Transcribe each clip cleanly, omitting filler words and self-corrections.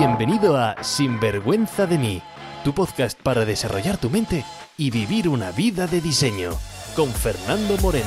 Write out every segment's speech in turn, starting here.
Bienvenido a Sinvergüenza de mí, tu podcast para desarrollar tu mente y vivir una vida de diseño, con Fernando Moreno.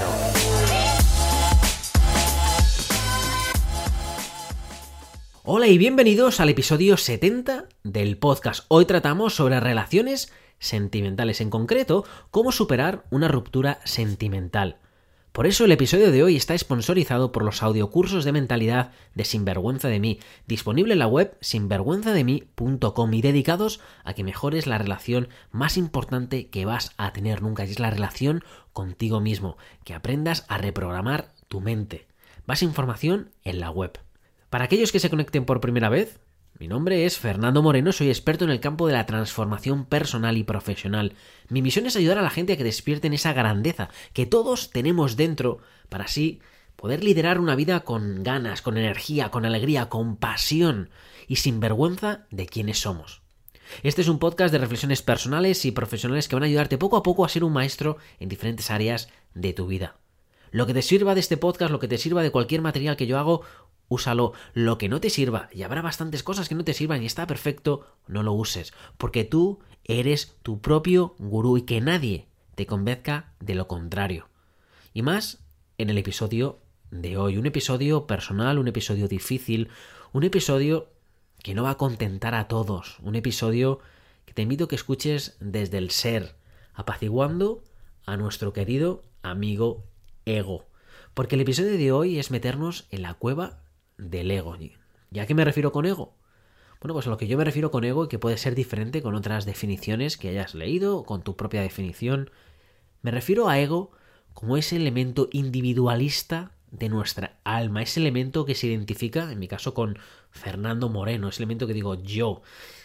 Hola y bienvenidos al episodio 70 del podcast. Hoy tratamos sobre relaciones sentimentales, en concreto, cómo superar una ruptura sentimental. Por eso el episodio de hoy está sponsorizado por los audiocursos de mentalidad de Sinvergüenza de mí, disponible en la web sinvergüenzademí.com y dedicados a que mejores la relación más importante que vas a tener nunca, y es la relación contigo mismo, que aprendas a reprogramar tu mente. Más información en la web. Para aquellos que se conecten por primera vez, mi nombre es Fernando Moreno, soy experto en el campo de la transformación personal y profesional. Mi misión es ayudar a la gente a que despierten esa grandeza que todos tenemos dentro para así poder liderar una vida con ganas, con energía, con alegría, con pasión y sin vergüenza de quiénes somos. Este es un podcast de reflexiones personales y profesionales que van a ayudarte poco a poco a ser un maestro en diferentes áreas de tu vida. Lo que te sirva de este podcast, lo que te sirva de cualquier material que yo hago, úsalo. Lo que no te sirva, y habrá bastantes cosas que no te sirvan y está perfecto, no lo uses, porque tú eres tu propio gurú y que nadie te convenzca de lo contrario. Y más en el episodio de hoy, un episodio personal, un episodio difícil, un episodio que no va a contentar a todos, un episodio que te invito a que escuches desde el ser, apaciguando a nuestro querido amigo ego. Porque el episodio de hoy es meternos en la cueva del ego. ¿Y a qué me refiero con ego? Bueno, pues a lo que yo me refiero con ego y que puede ser diferente con otras definiciones que hayas leído o con tu propia definición. Me refiero a ego como ese elemento individualista de nuestra alma, ese elemento que se identifica, en mi caso, con Fernando Moreno, ese elemento que digo yo,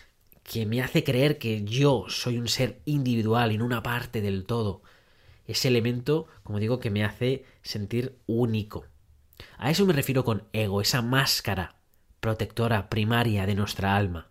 que me hace creer que yo soy un ser individual y no una parte del todo. Ese elemento, como digo, que me hace sentir único. A eso me refiero con ego, esa máscara protectora primaria de nuestra alma.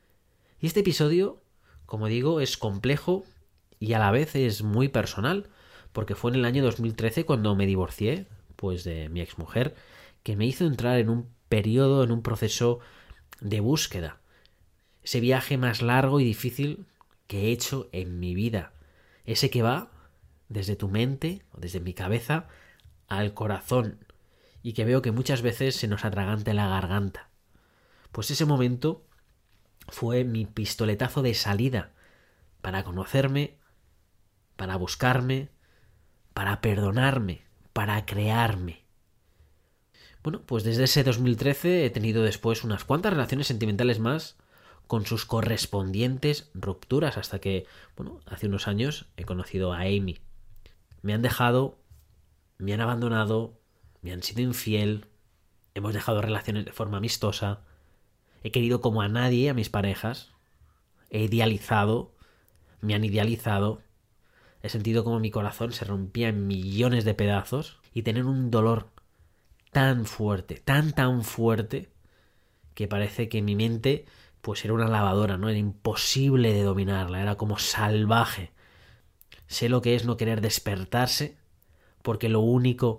Y este episodio, como digo, es complejo y a la vez es muy personal, porque fue en el año 2013 cuando me divorcié, pues de mi exmujer, que me hizo entrar en un periodo, en un proceso de búsqueda. Ese viaje más largo y difícil que he hecho en mi vida. Ese que va desde tu mente, o desde mi cabeza, al corazón, y que veo que muchas veces se nos atraganta la garganta. Pues ese momento fue mi pistoletazo de salida para conocerme, para buscarme, para perdonarme, para crearme. Bueno, pues desde ese 2013 he tenido después unas cuantas relaciones sentimentales más con sus correspondientes rupturas, hasta que, bueno, hace unos años he conocido a Amy. Me han dejado, me han abandonado, me han sido infiel, hemos dejado relaciones de forma amistosa, he querido como a nadie a mis parejas, he idealizado, me han idealizado, he sentido como mi corazón se rompía en millones de pedazos y tener un dolor tan fuerte, tan fuerte, que parece que mi mente pues era una lavadora, ¿no? Era imposible de dominarla, era como salvaje. Sé lo que es no querer despertarse, porque el único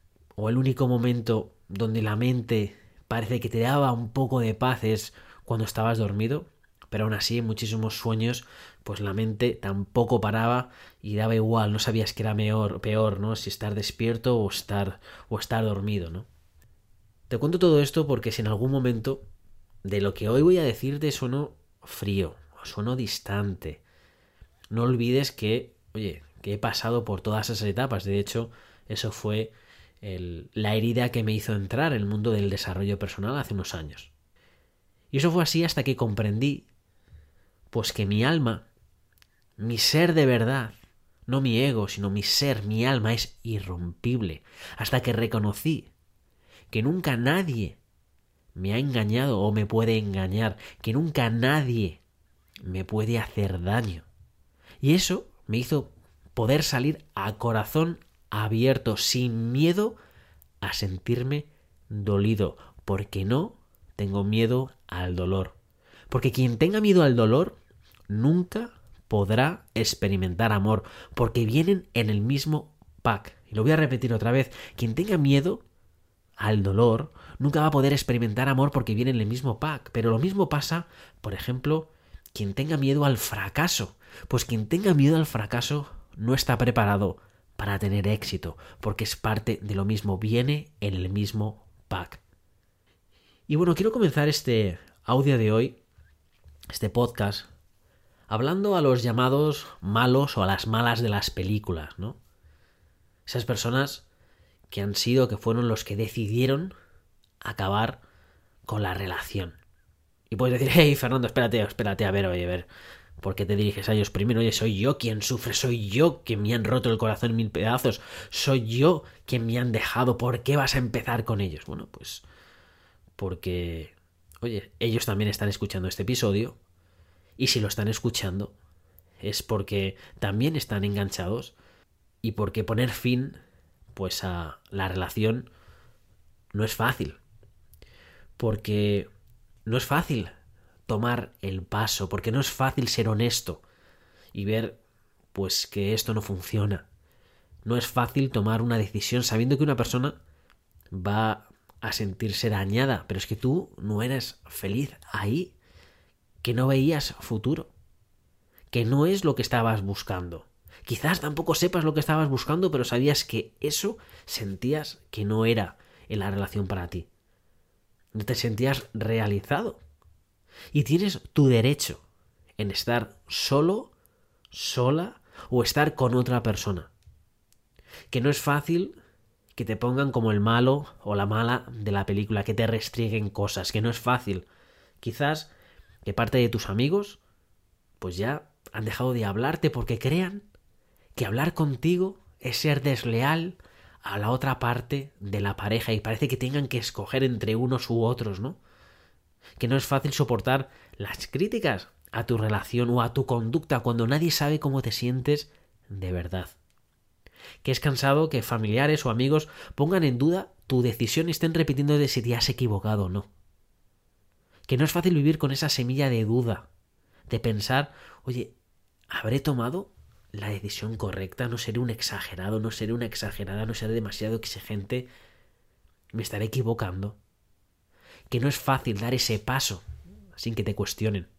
momento donde la mente parece que te daba un poco de paz es cuando estabas dormido, pero aún así en muchísimos sueños pues la mente tampoco paraba y daba igual, no sabías que era peor, ¿no? Si estar despierto o estar dormido, ¿no? Te cuento todo esto porque si en algún momento de lo que hoy voy a decirte sueno frío o sueno distante, no olvides que, oye, que he pasado por todas esas etapas. De hecho, eso fue la herida que me hizo entrar en el mundo del desarrollo personal hace unos años. Y eso fue así hasta que comprendí pues que mi alma, mi ser de verdad, no mi ego, sino mi ser, mi alma es irrompible. Hasta que reconocí que nunca nadie me ha engañado o me puede engañar, que nunca nadie me puede hacer daño. Y eso me hizo poder salir a corazón abierto, sin miedo a sentirme dolido, porque no tengo miedo al dolor. Porque quien tenga miedo al dolor nunca podrá experimentar amor, porque vienen en el mismo pack. Y lo voy a repetir otra vez, quien tenga miedo al dolor, nunca va a poder experimentar amor porque viene en el mismo pack. Pero lo mismo pasa, por ejemplo, quien tenga miedo al fracaso. Pues quien tenga miedo al fracaso no está preparado para tener éxito, porque es parte de lo mismo, viene en el mismo pack. Y bueno, quiero comenzar este audio de hoy, este podcast, hablando a los llamados malos o a las malas de las películas, ¿no? Esas personas que fueron los que decidieron acabar con la relación. Y puedes decir, hey, Fernando, espérate, a ver, ¿por qué te diriges a ellos primero? Oye, soy yo quien sufre, soy yo quien me han roto el corazón en 1000 pedazos, soy yo quien me han dejado, ¿por qué vas a empezar con ellos? Bueno, pues porque, oye, ellos también están escuchando este episodio, y si lo están escuchando es porque también están enganchados y porque poner fin, pues, a la relación no es fácil. Porque no es fácil tomar el paso, porque no es fácil ser honesto y ver, pues, que esto no funciona. No es fácil tomar una decisión sabiendo que una persona va a sentirse dañada, pero es que tú no eres feliz ahí, que no veías futuro, que no es lo que estabas buscando. Quizás tampoco sepas lo que estabas buscando, pero sabías que eso sentías que no era en la relación para ti. No te sentías realizado. Y tienes tu derecho en estar solo, sola o estar con otra persona. Que no es fácil que te pongan como el malo o la mala de la película, que te restringen cosas, que no es fácil. Quizás que parte de tus amigos pues ya han dejado de hablarte porque crean que hablar contigo es ser desleal a la otra parte de la pareja y parece que tengan que escoger entre unos u otros, ¿no? Que no es fácil soportar las críticas a tu relación o a tu conducta cuando nadie sabe cómo te sientes de verdad. Que es cansado que familiares o amigos pongan en duda tu decisión y estén repitiendo de si te has equivocado o no. Que no es fácil vivir con esa semilla de duda, de pensar, oye, ¿habré tomado la decisión correcta? ¿No seré un exagerado? ¿No seré una exagerada? ¿No seré demasiado exigente? ¿Me estaré equivocando? Que no es fácil dar ese paso sin que te cuestionen.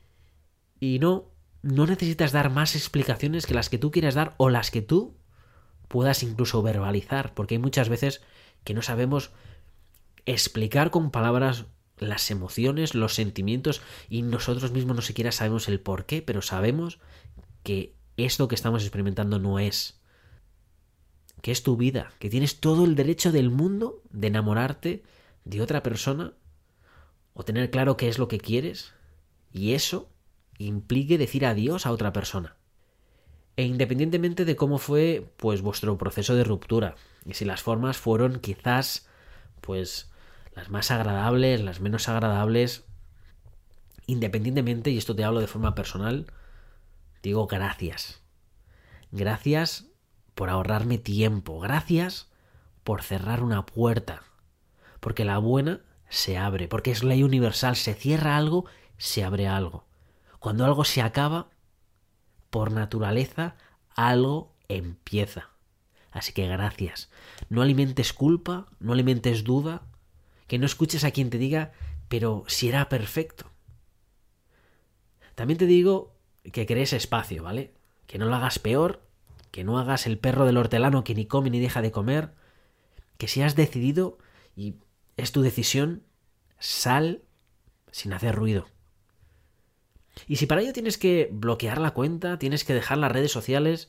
Y no necesitas dar más explicaciones que las que tú quieras dar o las que tú puedas incluso verbalizar, porque hay muchas veces que no sabemos explicar con palabras las emociones, los sentimientos, y nosotros mismos no siquiera sabemos el por qué, pero sabemos que esto que estamos experimentando no es. Que es tu vida, que tienes todo el derecho del mundo de enamorarte de otra persona o tener claro qué es lo que quieres, y eso implique decir adiós a otra persona. E independientemente de cómo fue pues vuestro proceso de ruptura, y si las formas fueron quizás pues las más agradables, las menos agradables, independientemente, y esto te hablo de forma personal, digo gracias. Gracias por ahorrarme tiempo, gracias por cerrar una puerta, porque la buena se abre, porque es ley universal, se cierra algo, se abre algo. Cuando algo se acaba, por naturaleza, algo empieza. Así que gracias. No alimentes culpa, no alimentes duda, que no escuches a quien te diga, pero si era perfecto. También te digo que crees espacio, ¿vale? Que no lo hagas peor, que no hagas el perro del hortelano que ni come ni deja de comer, que si has decidido y es tu decisión, sal sin hacer ruido. Y si para ello tienes que bloquear la cuenta, tienes que dejar las redes sociales,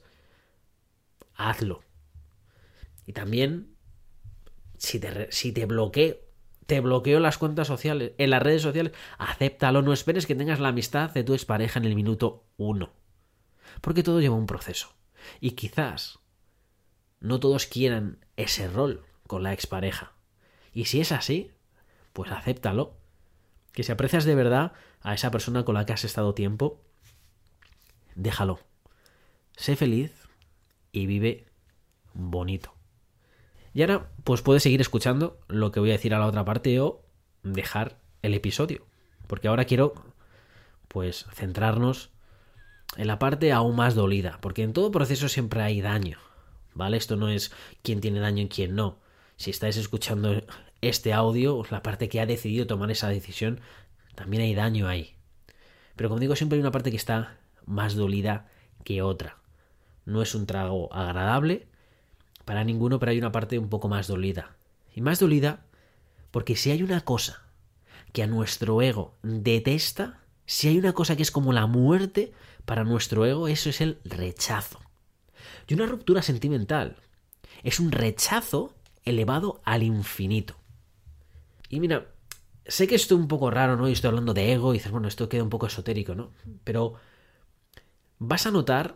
hazlo. Y también, si te bloqueo las cuentas sociales, en las redes sociales, acéptalo, no esperes que tengas la amistad de tu expareja en el minuto 1. Porque todo lleva un proceso. Y quizás no todos quieran ese rol con la expareja. Y si es así, pues acéptalo. Que si aprecias de verdad a esa persona con la que has estado tiempo, déjalo. Sé feliz y vive bonito. Y ahora, pues puedes seguir escuchando lo que voy a decir a la otra parte o dejar el episodio. Porque ahora quiero, pues, centrarnos en la parte aún más dolida. Porque en todo proceso siempre hay daño, ¿vale? Esto no es quién tiene daño y quién no. si estáis escuchando este audio, la parte que ha decidido tomar esa decisión, también hay daño ahí. Pero como digo, siempre hay una parte que está más dolida que otra. No es un trago agradable para ninguno, pero hay una parte un poco más dolida. Y más dolida porque si hay una cosa que a nuestro ego detesta, si hay una cosa que es como la muerte para nuestro ego, eso es el rechazo. Y una ruptura sentimental es un rechazo elevado al infinito. Y mira, sé que esto es un poco raro, ¿no? Y estoy hablando de ego y dices, bueno, esto queda un poco esotérico, ¿no? Pero vas a notar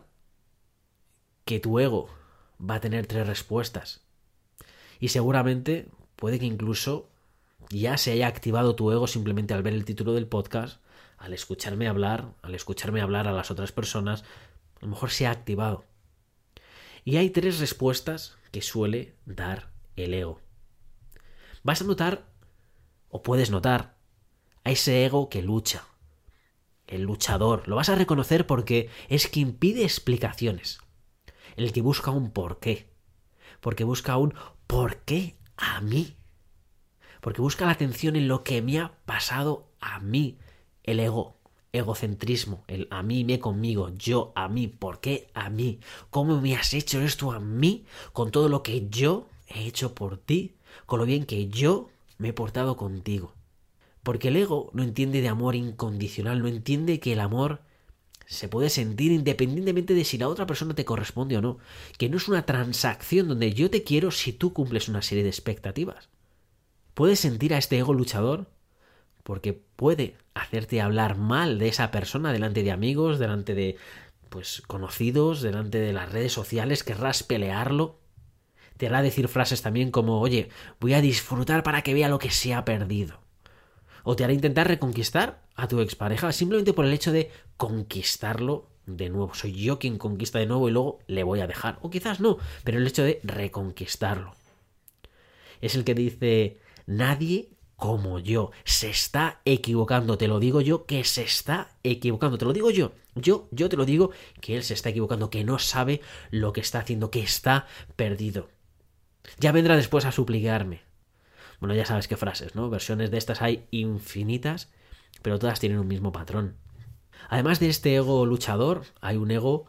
que tu ego va a tener 3 respuestas. Y seguramente puede que incluso ya se haya activado tu ego simplemente al ver el título del podcast, al escucharme hablar a las otras personas, a lo mejor se ha activado. Y hay 3 respuestas que suele dar el ego. Vas a notar, o puedes notar, a ese ego que lucha, el luchador. Lo vas a reconocer porque es quien pide explicaciones, el que busca un porqué, porque busca un ¿por qué a mí? Porque busca la atención en lo que me ha pasado a mí, el egocentrismo, el a mí, me conmigo, yo a mí, ¿por qué a mí? ¿Cómo me has hecho esto a mí? Con todo lo que yo he hecho por ti, con lo bien que yo me he portado contigo. Porque el ego no entiende de amor incondicional, no entiende que el amor se puede sentir independientemente de si la otra persona te corresponde o no, que no es una transacción donde yo te quiero si tú cumples una serie de expectativas. Puedes sentir a este ego luchador porque puede hacerte hablar mal de esa persona delante de amigos, delante de conocidos, delante de las redes sociales, querrás pelearlo. Te hará decir frases también como, oye, voy a disfrutar para que vea lo que se ha perdido. O te hará intentar reconquistar a tu expareja simplemente por el hecho de conquistarlo de nuevo. Soy yo quien conquista de nuevo y luego le voy a dejar. O quizás no, pero el hecho de reconquistarlo. Es el que dice, nadie como yo se está equivocando. Te lo digo yo que se está equivocando. Te lo digo yo. Yo te lo digo que él se está equivocando, que no sabe lo que está haciendo, que está perdido. Ya vendrá después a suplicarme. Bueno, ya sabes qué frases, ¿no? Versiones de estas hay infinitas, pero todas tienen un mismo patrón. Además de este ego luchador, hay un ego,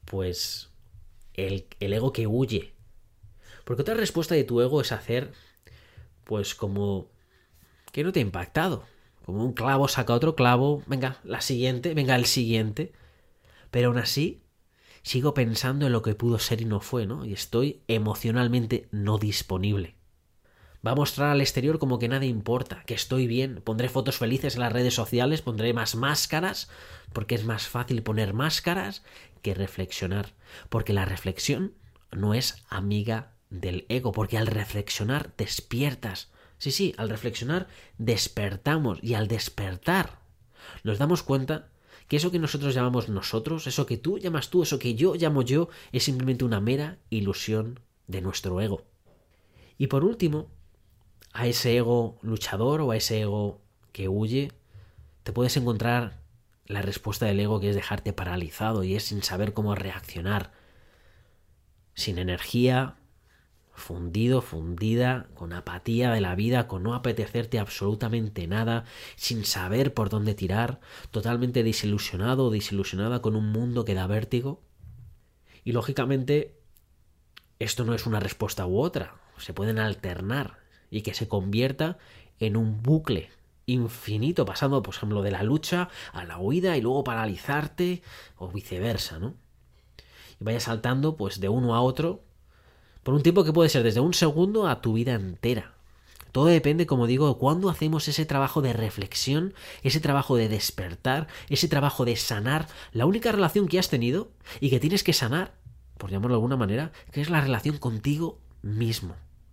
el ego que huye. Porque otra respuesta de tu ego es hacer, como que no te ha impactado. Como un clavo saca otro clavo, venga, la siguiente, venga, el siguiente. Pero aún así, sigo pensando en lo que pudo ser y no fue, ¿no? Y estoy emocionalmente no disponible. Va a mostrar al exterior como que nada importa, que estoy bien, pondré fotos felices en las redes sociales, pondré más máscaras, porque es más fácil poner máscaras que reflexionar, porque la reflexión no es amiga del ego, porque al reflexionar despiertas. Sí, al reflexionar despertamos y al despertar nos damos cuenta que eso que nosotros llamamos nosotros, eso que tú llamas tú, eso que yo llamo yo, es simplemente una mera ilusión de nuestro ego. Y por último, a ese ego luchador o a ese ego que huye, te puedes encontrar la respuesta del ego que es dejarte paralizado y es sin saber cómo reaccionar, sin energía, fundido, fundida, con apatía de la vida, con no apetecerte absolutamente nada, sin saber por dónde tirar, totalmente desilusionado o desilusionada con un mundo que da vértigo. Y lógicamente, esto no es una respuesta u otra, se pueden alternar y que se convierta en un bucle infinito, pasando, por ejemplo, de la lucha a la huida y luego paralizarte o viceversa, ¿no? Y vayas saltando de uno a otro por un tiempo que puede ser desde un segundo a tu vida entera. Todo depende, como digo, de cuándo hacemos ese trabajo de reflexión, ese trabajo de despertar, ese trabajo de sanar la única relación que has tenido y que tienes que sanar, por llamarlo de alguna manera, que es la relación contigo mismo.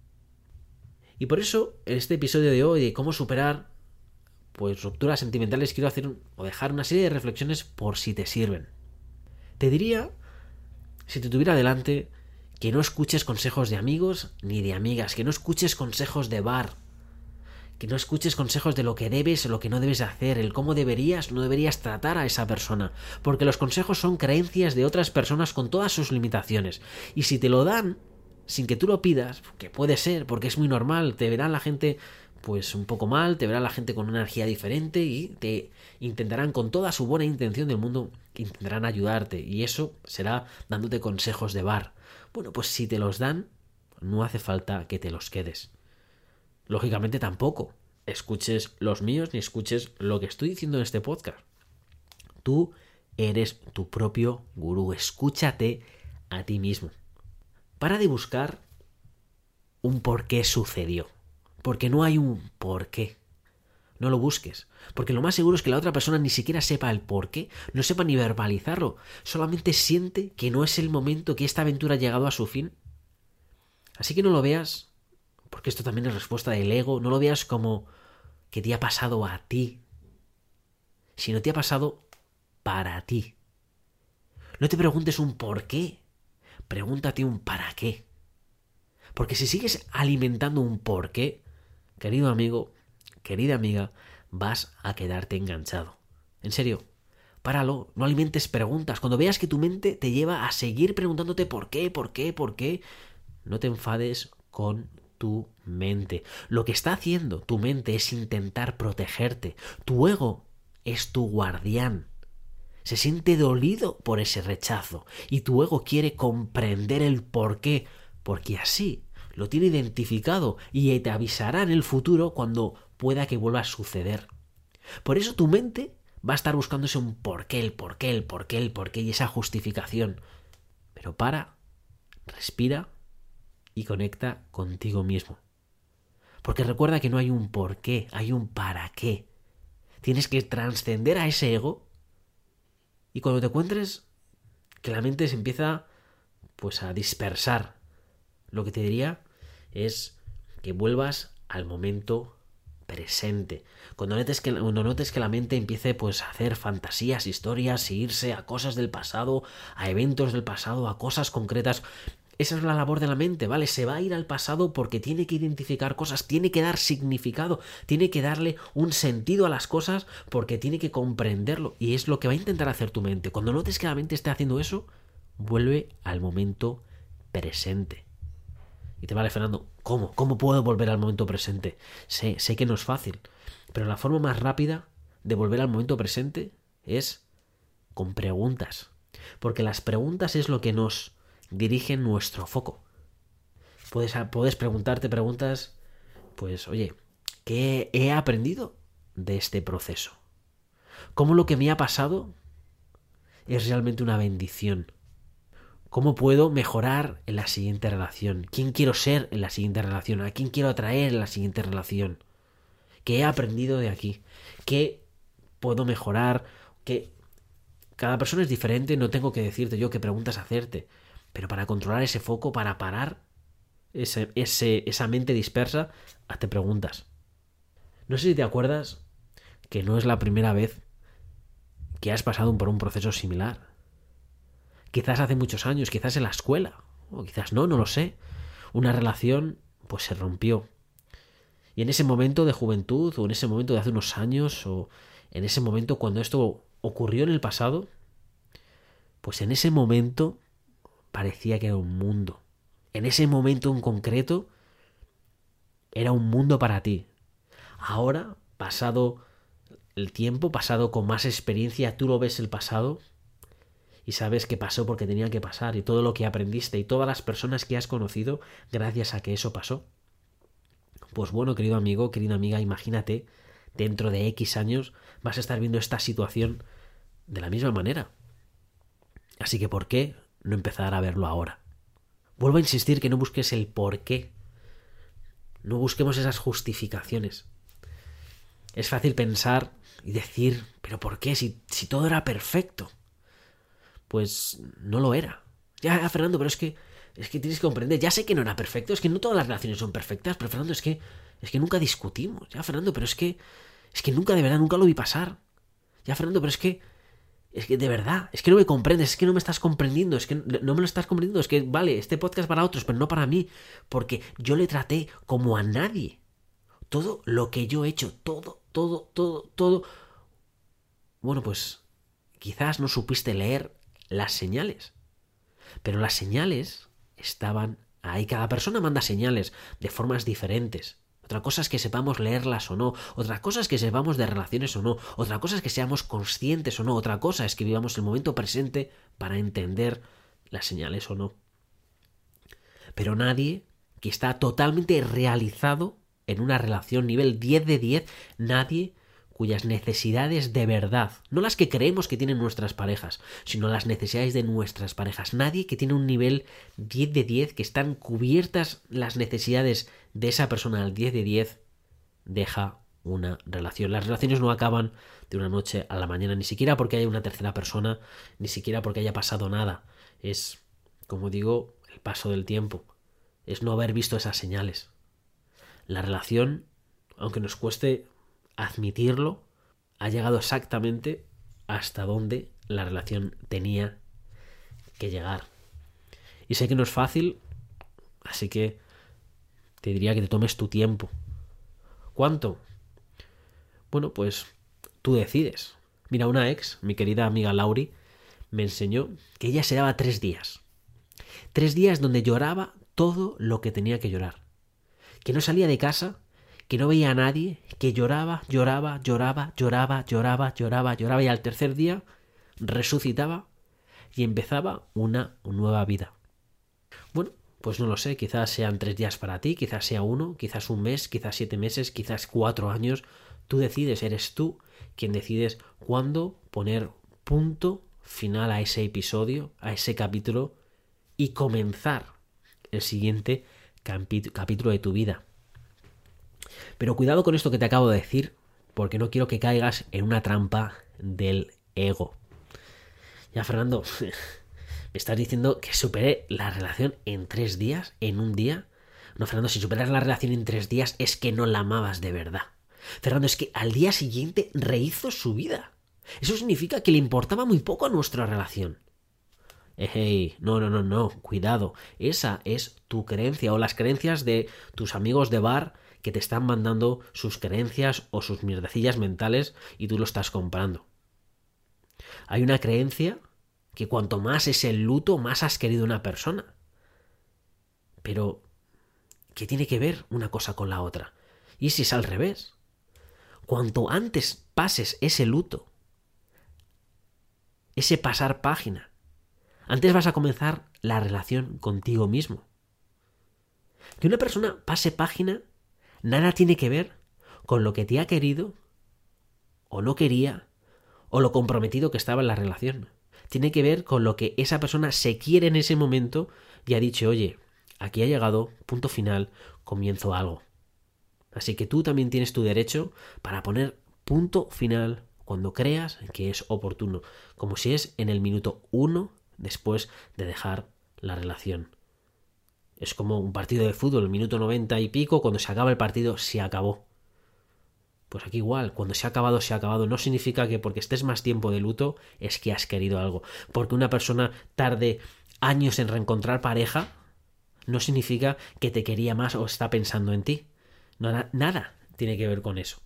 Y por eso, en este episodio de hoy de cómo superar rupturas sentimentales, quiero hacer o dejar una serie de reflexiones por si te sirven. Te diría, si te tuviera delante, que no escuches consejos de amigos ni de amigas, que no escuches consejos de bar, que no escuches consejos de lo que debes o lo que no debes hacer, el cómo deberías o no deberías tratar a esa persona, porque los consejos son creencias de otras personas con todas sus limitaciones, y si te lo dan, sin que tú lo pidas, que puede ser, porque es muy normal, te verá la gente pues un poco mal, te verá la gente con una energía diferente y te intentarán con toda su buena intención del mundo, intentarán ayudarte y eso será dándote consejos de bar. Bueno, pues si te los dan, no hace falta que te los quedes. Lógicamente tampoco escuches los míos ni escuches lo que estoy diciendo en este podcast. Tú eres tu propio gurú, escúchate a ti mismo. Para de buscar un por qué sucedió. Porque no hay un por qué. No lo busques. Porque lo más seguro es que la otra persona ni siquiera sepa el por qué, no sepa ni verbalizarlo. Solamente siente que no es el momento, que esta aventura ha llegado a su fin. Así que no lo veas, porque esto también es respuesta del ego, no lo veas como que te ha pasado a ti, sino te ha pasado para ti. No te preguntes un por qué, pregúntate un para qué. Porque si sigues alimentando un por qué, querido amigo, querida amiga, vas a quedarte enganchado. En serio, páralo, no alimentes preguntas. Cuando veas que tu mente te lleva a seguir preguntándote por qué, no te enfades con tu mente. Lo que está haciendo tu mente es intentar protegerte. Tu ego es tu guardián. Se siente dolido por ese rechazo y tu ego quiere comprender el por qué, porque así lo tiene identificado y te avisará en el futuro cuando pueda que vuelva a suceder. Por eso tu mente va a estar buscándose un por qué y esa justificación. Pero respira y conecta contigo mismo. Porque recuerda que no hay un por qué, hay un para qué. Tienes que trascender a ese ego y cuando te encuentres que la mente se empieza pues a dispersar, lo que te diría es que vuelvas al momento presente. Cuando notes que la mente empiece pues a hacer fantasías, historias, e irse a cosas del pasado, a eventos del pasado, a cosas concretas, esa es la labor de la mente, ¿vale? Se va a ir al pasado porque tiene que identificar cosas, tiene que dar significado, tiene que darle un sentido a las cosas porque tiene que comprenderlo. Y es lo que va a intentar hacer tu mente. Cuando notes que la mente esté haciendo eso, vuelve al momento presente. Y te vale, Fernando, ¿cómo? ¿Cómo puedo volver al momento presente? Sé que no es fácil, pero la forma más rápida de volver al momento presente es con preguntas. Porque las preguntas es lo que nos dirige nuestro foco. Puedes preguntarte preguntas, pues, oye, ¿qué he aprendido de este proceso? ¿Cómo lo que me ha pasado es realmente una bendición? ¿Cómo puedo mejorar en la siguiente relación? ¿Quién quiero ser en la siguiente relación? ¿A quién quiero atraer en la siguiente relación? ¿Qué he aprendido de aquí? ¿Qué puedo mejorar? ¿Qué? Cada persona es diferente, no tengo que decirte yo qué preguntas hacerte. Pero para controlar ese foco, para parar esa mente dispersa, hazte preguntas. No sé si te acuerdas que no es la primera vez que has pasado por un proceso similar. Quizás hace muchos años, quizás en la escuela, o quizás no lo sé. Una relación pues se rompió. Y en ese momento de juventud, o en ese momento de hace unos años, o en ese momento cuando esto ocurrió en el pasado, pues en ese momento parecía que era un mundo. En ese momento en concreto era un mundo para ti. Ahora, pasado el tiempo, pasado con más experiencia, tú lo ves el pasado y sabes que pasó porque tenía que pasar y todo lo que aprendiste y todas las personas que has conocido gracias a que eso pasó. Pues bueno, querido amigo, querida amiga, imagínate, dentro de X años vas a estar viendo esta situación de la misma manera. Así que ¿por qué no empezar a verlo ahora? Vuelvo a insistir que no busques el por qué. No busquemos esas justificaciones. Es fácil pensar y decir, ¿pero por qué? Si todo era perfecto. Pues no lo era. Ya, Fernando, pero es que tienes que comprender. Ya sé que no era perfecto, es que no todas las relaciones son perfectas, pero Fernando, es que nunca discutimos. Ya, Fernando, pero es que nunca, de verdad, nunca lo vi pasar. Ya, Fernando, pero es que de verdad, es que no me comprendes, es que no me estás comprendiendo, es que no me lo estás comprendiendo, es que vale, este podcast es para otros, pero no para mí, porque yo le traté como a nadie. Todo lo que yo he hecho, todo. Bueno, pues quizás no supiste leer las señales, pero las señales estaban Ahí cada persona manda señales de formas diferentes. Otra cosa es que sepamos leerlas o no. Otra cosa es que sepamos de relaciones o no. Otra cosa es que seamos conscientes o no. Otra cosa es que vivamos el momento presente para entender las señales o no. Pero nadie que está totalmente realizado en una relación nivel 10 de 10, nadie cuyas necesidades de verdad, no las que creemos que tienen nuestras parejas, sino las necesidades de nuestras parejas. Nadie que tiene un nivel 10 de 10, que están cubiertas las necesidades de esa persona al 10 de 10, deja una relación. Las relaciones no acaban de una noche a la mañana, ni siquiera porque haya una tercera persona, ni siquiera porque haya pasado nada. Es, como digo, el paso del tiempo. Es no haber visto esas señales. La relación, aunque nos cueste admitirlo, ha llegado exactamente hasta donde la relación tenía que llegar. Y sé que no es fácil, así que te diría que te tomes tu tiempo. ¿Cuánto? Bueno, pues tú decides. Mira, una ex, mi querida amiga Lauri, me enseñó que ella se daba 3 días. 3 días donde lloraba todo lo que tenía que llorar. Que no salía de casa, que no veía a nadie, que lloraba y al tercer día resucitaba y empezaba una nueva vida. Bueno, pues no lo sé, quizás sean 3 días para ti, quizás sea 1, quizás 1 mes, quizás 7 meses, quizás 4 años. Tú decides, eres tú quien decides cuándo poner punto final a ese episodio, a ese capítulo y comenzar el siguiente capítulo de tu vida. Pero cuidado con esto que te acabo de decir, porque no quiero que caigas en una trampa del ego. Ya, Fernando, ¿me estás diciendo que superé la relación en 3 días? ¿En un día? No, Fernando, si superas la relación en 3 días es que no la amabas de verdad. Fernando, es que al día siguiente rehizo su vida. Eso significa que le importaba muy poco a nuestra relación. Hey, no, cuidado. Esa es tu creencia o las creencias de tus amigos de bar que te están mandando sus creencias o sus mierdecillas mentales y tú lo estás comprando. Hay una creencia que cuanto más es el luto, más has querido una persona. Pero, ¿qué tiene que ver una cosa con la otra? ¿Y si es al revés? Cuanto antes pases ese luto, ese pasar página, antes vas a comenzar la relación contigo mismo. Que una persona pase página nada tiene que ver con lo que te ha querido o no quería o lo comprometido que estaba en la relación. Tiene que ver con lo que esa persona se quiere en ese momento y ha dicho, oye, aquí ha llegado, punto final, comienzo algo. Así que tú también tienes tu derecho para poner punto final cuando creas que es oportuno, como si es en el minuto 1 después de dejar la relación. Es como un partido de fútbol, el minuto 90 y pico, cuando se acaba el partido, se acabó. Pues aquí igual, cuando se ha acabado, se ha acabado. No significa que porque estés más tiempo de luto es que has querido algo. Porque una persona tarde años en reencontrar pareja, no significa que te quería más o está pensando en ti. Nada tiene que ver con eso.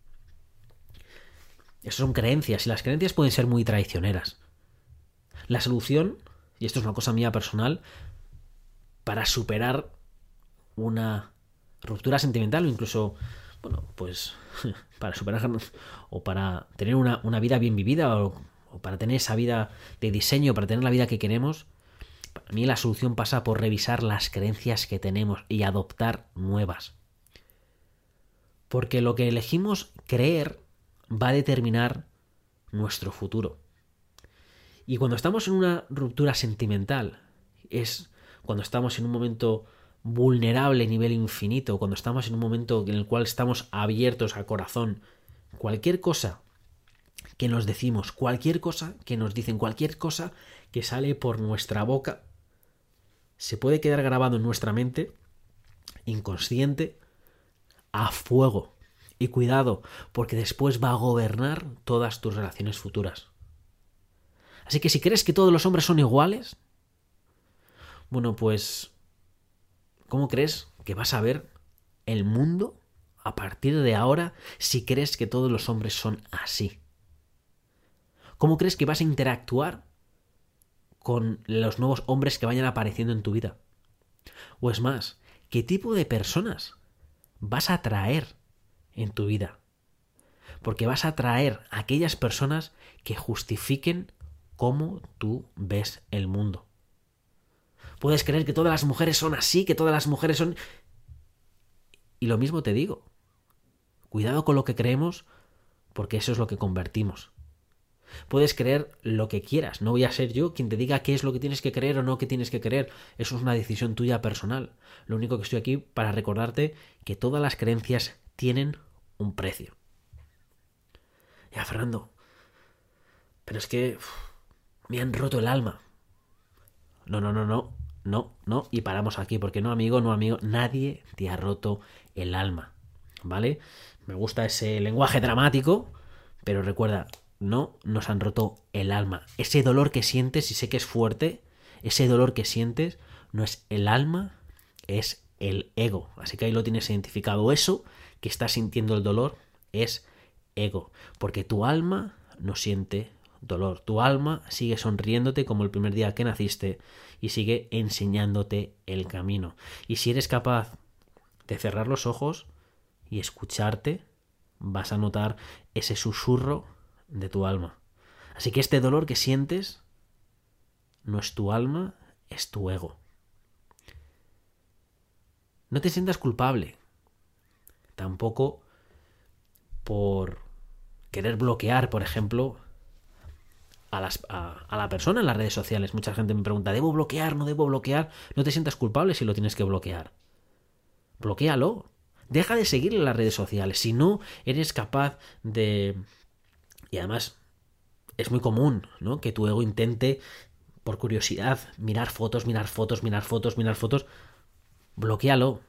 Eso son creencias y las creencias pueden ser muy traicioneras. La solución, y esto es una cosa mía personal, para superar una ruptura sentimental o incluso, bueno, pues para superar o para tener una vida bien vivida o para tener esa vida de diseño, para tener la vida que queremos, para mí la solución pasa por revisar las creencias que tenemos y adoptar nuevas. Porque lo que elegimos creer va a determinar nuestro futuro. Y cuando estamos en una ruptura sentimental, es cuando estamos en un momento vulnerable a nivel infinito, cuando estamos en un momento en el cual estamos abiertos al corazón, cualquier cosa que nos decimos, cualquier cosa que nos dicen, cualquier cosa que sale por nuestra boca, se puede quedar grabado en nuestra mente, inconsciente, a fuego. Y cuidado, porque después va a gobernar todas tus relaciones futuras. Así que si crees que todos los hombres son iguales, bueno, pues, ¿cómo crees que vas a ver el mundo a partir de ahora si crees que todos los hombres son así? ¿Cómo crees que vas a interactuar con los nuevos hombres que vayan apareciendo en tu vida? O es más, ¿qué tipo de personas vas a atraer en tu vida? Porque vas a atraer a aquellas personas que justifiquen cómo tú ves el mundo. Puedes creer que todas las mujeres son así, que todas las mujeres son... Y lo mismo te digo. Cuidado con lo que creemos, porque eso es lo que convertimos. Puedes creer lo que quieras. No voy a ser yo quien te diga qué es lo que tienes que creer o no que tienes que creer. Eso es una decisión tuya personal. Lo único que estoy aquí para recordarte que todas las creencias tienen un precio. Ya, Fernando, pero es que me han roto el alma. No. Y paramos aquí, porque no, amigo, nadie te ha roto el alma. ¿Vale? Me gusta ese lenguaje dramático, pero recuerda, no nos han roto el alma. Ese dolor que sientes, y sé que es fuerte, ese dolor que sientes no es el alma, es el ego. Así que ahí lo tienes identificado. Eso que estás sintiendo el dolor es ego, porque tu alma no siente dolor. Tu alma sigue sonriéndote como el primer día que naciste y sigue enseñándote el camino. Y si eres capaz de cerrar los ojos y escucharte, vas a notar ese susurro de tu alma. Así que este dolor que sientes no es tu alma, es tu ego. No te sientas culpable, tampoco por querer bloquear, por ejemplo, a la persona en las redes sociales. Mucha gente me pregunta, ¿debo bloquear? ¿No debo bloquear? No te sientas culpable si lo tienes que bloquear. Bloquéalo. Deja de seguirle en las redes sociales. Si no eres capaz de... Y además es muy común, ¿no?, que tu ego intente, por curiosidad, mirar fotos. Bloquéalo.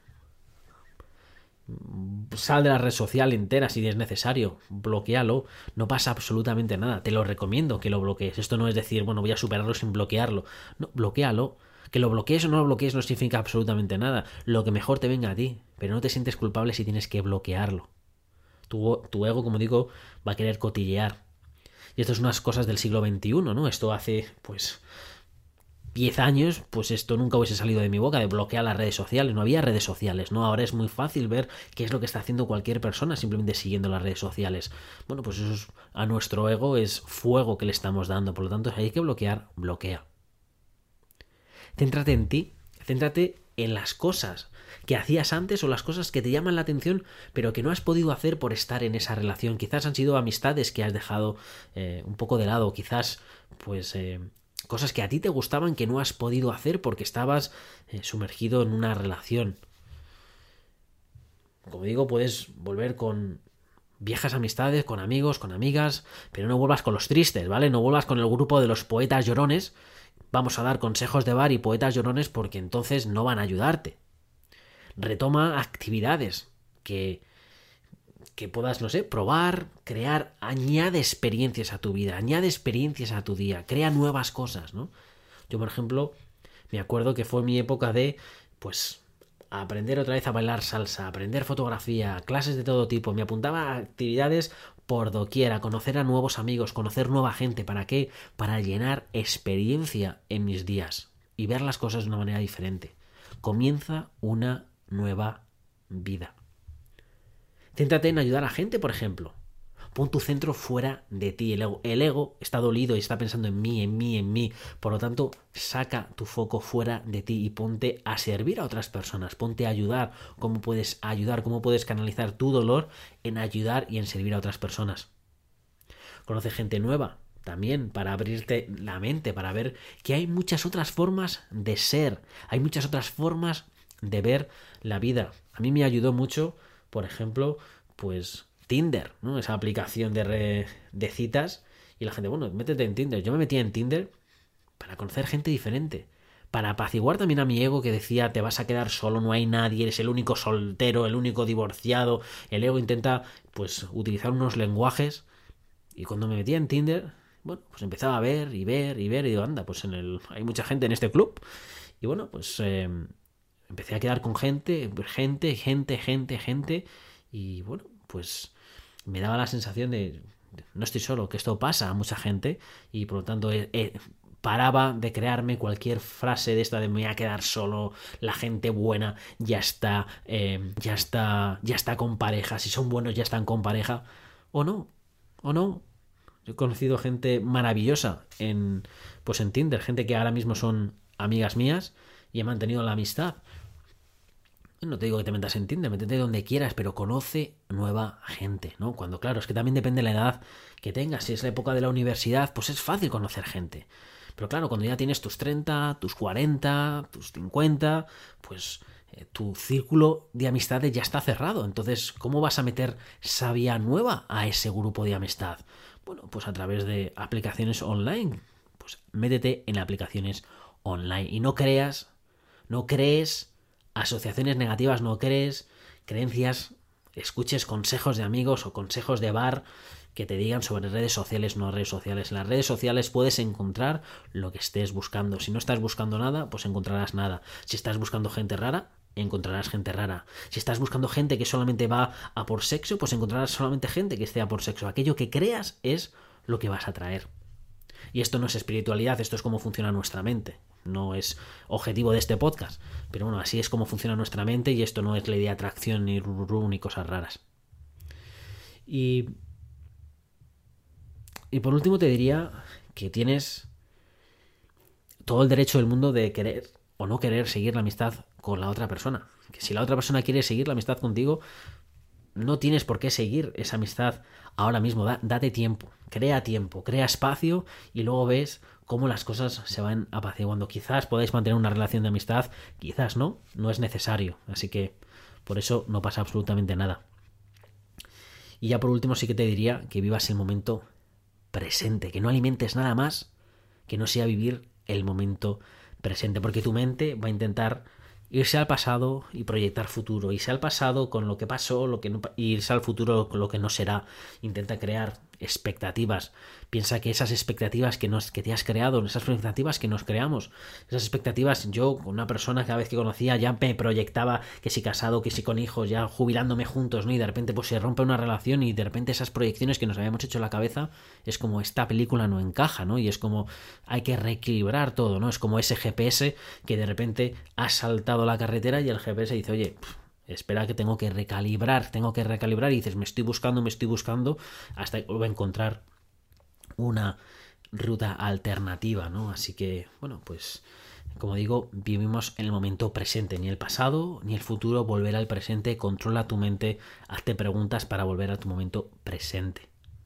Sal de la red social entera si es necesario. Bloquéalo. No pasa absolutamente nada. Te lo recomiendo que lo bloquees. Esto no es decir, bueno, voy a superarlo sin bloquearlo. No, bloquéalo. Que lo bloquees o no lo bloquees no significa absolutamente nada. Lo que mejor te venga a ti. Pero no te sientes culpable si tienes que bloquearlo. Tu ego, como digo, va a querer cotillear. Y esto es unas cosas del siglo XXI, ¿no? Esto hace, 10 años, pues esto nunca hubiese salido de mi boca, de bloquear las redes sociales. No había redes sociales, ¿no? Ahora es muy fácil ver qué es lo que está haciendo cualquier persona simplemente siguiendo las redes sociales. Bueno, pues eso a nuestro ego es fuego que le estamos dando. Por lo tanto, si hay que bloquear, bloquea. Céntrate en ti, céntrate en las cosas que hacías antes o las cosas que te llaman la atención pero que no has podido hacer por estar en esa relación. Quizás han sido amistades que has dejado un poco de lado, quizás cosas que a ti te gustaban que no has podido hacer porque estabas sumergido en una relación. Como digo, puedes volver con viejas amistades, con amigos, con amigas, pero no vuelvas con los tristes, ¿vale? No vuelvas con el grupo de los poetas llorones. Vamos a dar consejos de bar y poetas llorones porque entonces no van a ayudarte. Retoma actividades que puedas, probar, crear, añade experiencias a tu vida, añade experiencias a tu día, crea nuevas cosas, ¿no? Yo, por ejemplo, me acuerdo que fue mi época de, aprender otra vez a bailar salsa, aprender fotografía, clases de todo tipo. Me apuntaba a actividades por doquier, a conocer a nuevos amigos, conocer nueva gente. ¿Para qué? Para llenar experiencia en mis días y ver las cosas de una manera diferente. Comienza una nueva vida. Céntrate en ayudar a gente, por ejemplo. Pon tu centro fuera de ti. El ego está dolido y está pensando en mí. Por lo tanto, saca tu foco fuera de ti y ponte a servir a otras personas. Ponte a ayudar. ¿Cómo puedes ayudar? ¿Cómo puedes canalizar tu dolor en ayudar y en servir a otras personas? Conoce gente nueva también para abrirte la mente, para ver que hay muchas otras formas de ser. Hay muchas otras formas de ver la vida. A mí me ayudó mucho, por ejemplo, Tinder, ¿no? Esa aplicación de citas. Y la gente, métete en Tinder. Yo me metía en Tinder para conocer gente diferente. Para apaciguar también a mi ego que decía, te vas a quedar solo, no hay nadie, eres el único soltero, el único divorciado. El ego intenta, utilizar unos lenguajes. Y cuando me metía en Tinder, empezaba a ver. Y digo, anda, hay mucha gente en este club. Y empecé a quedar con gente. Y me daba la sensación de no estoy solo, que esto pasa a mucha gente y por lo tanto paraba de crearme cualquier frase de esta de me voy a quedar solo, la gente buena ya está con pareja, si son buenos ya están con pareja, o no. Yo he conocido gente maravillosa en Tinder, gente que ahora mismo son amigas mías y he mantenido la amistad. No te digo que te metas en Tinder, métete donde quieras, pero conoce nueva gente, ¿no? Cuando, claro, es que también depende de la edad que tengas. Si es la época de la universidad, pues es fácil conocer gente. Pero claro, cuando ya tienes tus 30, tus 40, tus 50, pues tu círculo de amistades ya está cerrado. Entonces, ¿cómo vas a meter savia nueva a ese grupo de amistad? Bueno, pues a través de aplicaciones online. Pues métete en aplicaciones online y no crees asociaciones negativas, no crees creencias, escuches consejos de amigos o consejos de bar que te digan sobre redes sociales, no redes sociales. En las redes sociales puedes encontrar lo que estés buscando. Si no estás buscando nada, pues encontrarás nada. Si estás buscando gente rara, encontrarás gente rara. Si estás buscando gente que solamente va a por sexo, pues encontrarás solamente gente que esté a por sexo. Aquello que creas es lo que vas a traer. Y esto no es espiritualidad, esto es cómo funciona nuestra mente. No es objetivo de este podcast, pero bueno, así es como funciona nuestra mente y esto no es ley de atracción ni ni cosas raras. Y por último te diría que tienes todo el derecho del mundo de querer o no querer seguir la amistad con la otra persona. Que si la otra persona quiere seguir la amistad contigo, no tienes por qué seguir esa amistad ahora mismo. Date tiempo, crea espacio y luego ves cómo las cosas se van apaciguando. Quizás podáis mantener una relación de amistad, quizás no es necesario. Así que por eso no pasa absolutamente nada. Y ya por último sí que te diría que vivas el momento presente, que no alimentes nada más que no sea vivir el momento presente, porque tu mente va a intentar irse al pasado y proyectar futuro, irse al pasado con lo que pasó, irse al futuro con lo que no será. Intenta crear expectativas. Piensa que esas expectativas que te has creado, esas expectativas que nos creamos, esas expectativas, yo con una persona cada vez que conocía ya me proyectaba que si casado, que si con hijos, ya jubilándome juntos, ¿no? Y de repente pues se rompe una relación y de repente esas proyecciones que nos habíamos hecho en la cabeza es como esta película no encaja, ¿no? Y es como hay que reequilibrar todo, ¿no? Es como ese GPS que de repente ha saltado la carretera y el GPS dice, oye, espera que tengo que recalibrar y dices, me estoy buscando hasta que vuelva a encontrar una ruta alternativa, ¿no? Así que, bueno, pues como digo, vivimos en el momento presente, ni el pasado ni el futuro, volver al presente, controla tu mente, hazte preguntas para volver a tu momento presente.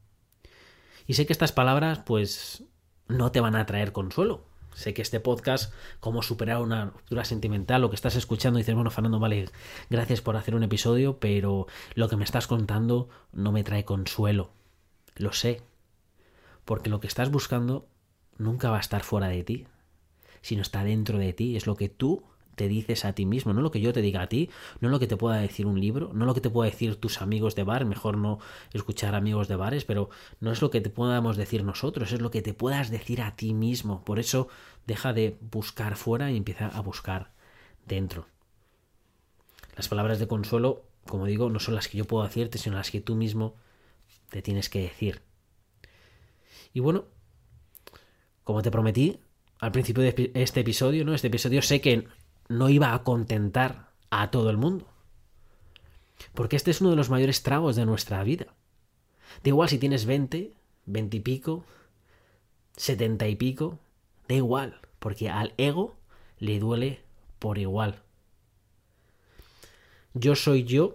Y sé que estas palabras, pues, no te van a traer consuelo. Sé que este podcast, cómo superar una ruptura sentimental, lo que estás escuchando, dices, bueno, Fernando, vale, gracias por hacer un episodio, pero lo que me estás contando no me trae consuelo. Lo sé, porque lo que estás buscando nunca va a estar fuera de ti, sino está dentro de ti, es lo que tú te dices a ti mismo, no lo que yo te diga a ti, no lo que te pueda decir un libro, no lo que te pueda decir tus amigos de bar, mejor no escuchar amigos de bares, pero no es lo que te podamos decir nosotros, es lo que te puedas decir a ti mismo. Por eso deja de buscar fuera y empieza a buscar dentro. Las palabras de consuelo, como digo, no son las que yo puedo decirte, sino las que tú mismo te tienes que decir. Y bueno, como te prometí al principio de este episodio, ¿no? Este episodio sé que no iba a contentar a todo el mundo. Porque este es uno de los mayores tragos de nuestra vida. Da igual si tienes 20, 20 y pico, 70 y pico, da igual, porque al ego le duele por igual. Yo soy yo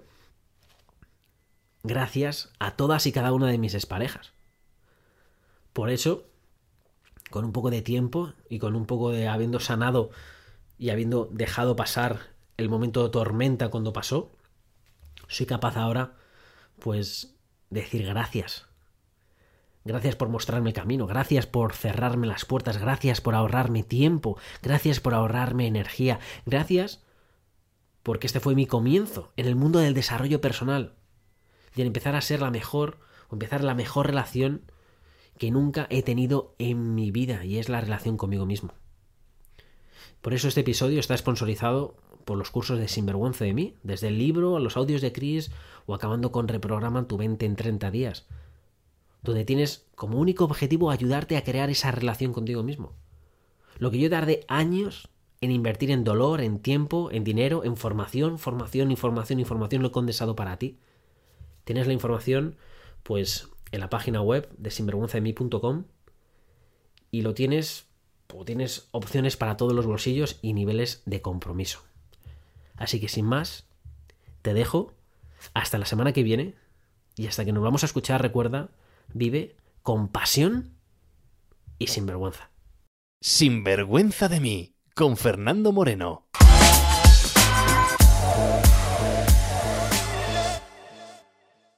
gracias a todas y cada una de mis exparejas. Por eso, con un poco de tiempo y con un poco de habiendo sanado y habiendo dejado pasar el momento de tormenta cuando pasó, soy capaz ahora, pues, de decir gracias. Gracias por mostrarme el camino, gracias por cerrarme las puertas, gracias por ahorrarme tiempo, gracias por ahorrarme energía, gracias porque este fue mi comienzo en el mundo del desarrollo personal y en empezar a ser la mejor relación que nunca he tenido en mi vida, y es la relación conmigo mismo. Por eso este episodio está sponsorizado por los cursos de Sinvergüenza de mí, desde el libro a los audios de Chris o acabando con Reprograma tu mente en 30 días, donde tienes como único objetivo ayudarte a crear esa relación contigo mismo. Lo que yo tardé años en invertir en dolor, en tiempo, en dinero, en formación, lo he condensado para ti. Tienes la información, pues, en la página web de sinvergüenzademi.com y tienes opciones para todos los bolsillos y niveles de compromiso. Así que sin más, te dejo hasta la semana que viene y hasta que nos vamos a escuchar, recuerda, vive con pasión y sin vergüenza. Sin vergüenza de mí, con Fernando Moreno.